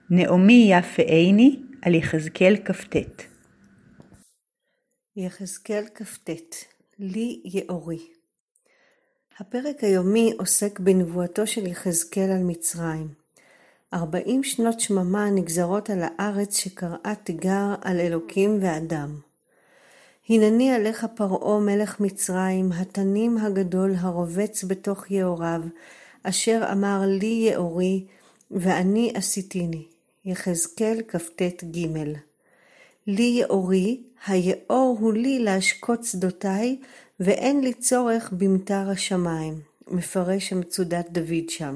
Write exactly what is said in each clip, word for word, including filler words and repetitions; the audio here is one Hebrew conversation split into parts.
נעמי יפאני על יחזקאל כ"ט. יחזקאל כ"ט. לי יאורי. הפרק היומי עוסק בנבואתו של יחזקאל על מצרים. ארבעים שנות שממה נגזרות על הארץ שקראה תיגר על אלוקים ואדם. הנני עליך פרעה מלך מצרים, התנים הגדול הרובץ בתוך יאוריו, אשר אמר לי יאורי, ואני עשיתיני. יחזקאל כ"ט ג'. לי יאורי, היאור הוא לי להשקות שדותיי, ואין לי צורך במטר השמיים. מפרש המצודת דוד שם.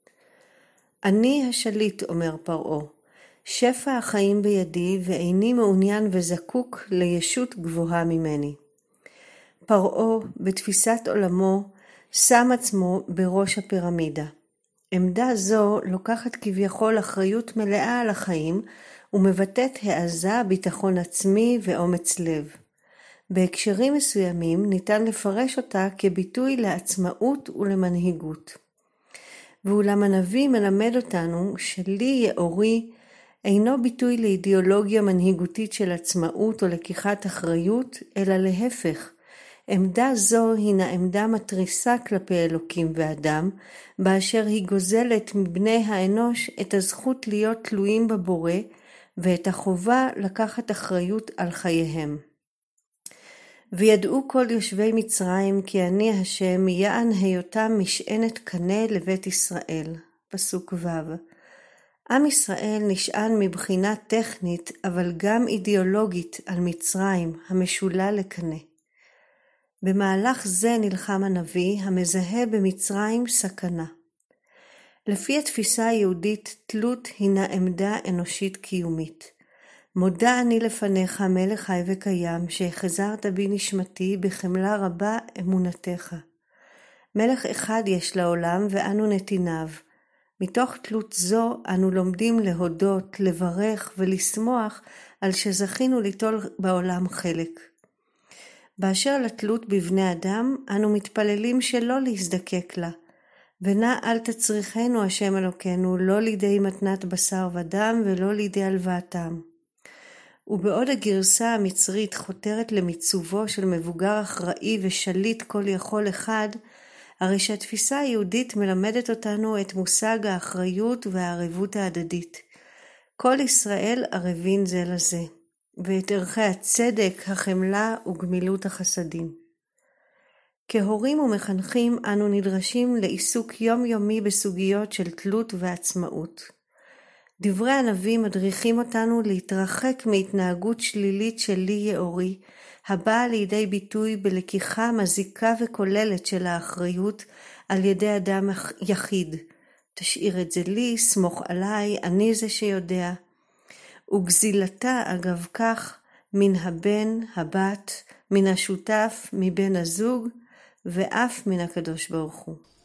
אני השליט, אומר פרעה, שפע החיים בידי, ואיני מעוניין וזקוק לישות גבוהה ממני. פרעה, בתפיסת עולמו, שם עצמו בראש הפירמידה. עמדה זו לוקחת כביכול אחריות מלאה על החיים, ומבטאת העזה, ביטחון עצמי ואומץ לב. בהקשרים מסוימים ניתן לפרש אותה כביטוי לעצמאות ולמנהיגות. ואולם הנביא מלמד אותנו שלי יאורי אינו ביטוי לאידיאולוגיה מנהיגותית של עצמאות או לקיחת אחריות, אלא להפך. עמדה זו הינה עמדה מתריסה כלפי אלוקים ואדם, באשר היא גוזלת מבני האנוש את הזכות להיות תלויים בבורא, ואת החובה לקחת אחריות על חייהם. וידעו כל יושבי מצרים כי אני השם מיען היותם משענת קנה לבית ישראל. פסוק ו'. עם ישראל נשען מבחינה טכנית, אבל גם אידיאולוגית על מצרים, המשולל לקנה. במהלך זה נלחם הנביא המזהה במצרים סכנה. לפי התפיסה היהודית, תלות הינה עמדה אנושית קיומית. מודה אני לפניך, מלך חי וקיים, שהחזרת בי נשמתי בחמלה רבה אמונתך. מלך אחד יש לעולם ואנו נתיניו. מתוך תלות זו אנו לומדים להודות, לברך ולשמוח על שזכינו ליטול בעולם חלק. באשר לתלות בבני אדם, אנו מתפללים שלא להזדקק לה. ונא אל תצריכנו השם אלוקינו, לא לידי מתנת בשר ודם ולא לידי הלוואתם. ובעוד הגרסה המצרית חותרת למיצובו של מבוגר אחראי ושליט כל יכול אחד, הרי שהתפיסה היהודית מלמדת אותנו את מושג האחריות והערבות ההדדית. כל ישראל ערבים זה לזה, ואת ערכי הצדק, החמלה וגמילות החסדים. כהורים ומחנכים אנו נדרשים לעיסוק יומיומי בסוגיות של תלות ועצמאות. דברי הנביא מדריכים אותנו להתרחק מהתנהגות שלילית של לי יאורי, הבאה לידי ביטוי בלקיחה מזיקה וכוללת של האחריות על ידי אדם יחיד. תשאיר את זה לי, סמוך עליי, אני זה שיודע. וגזילתה אגב כך מן הבן, הבת, מן השותף, מבן הזוג, ואף מן הקדוש ברוך הוא.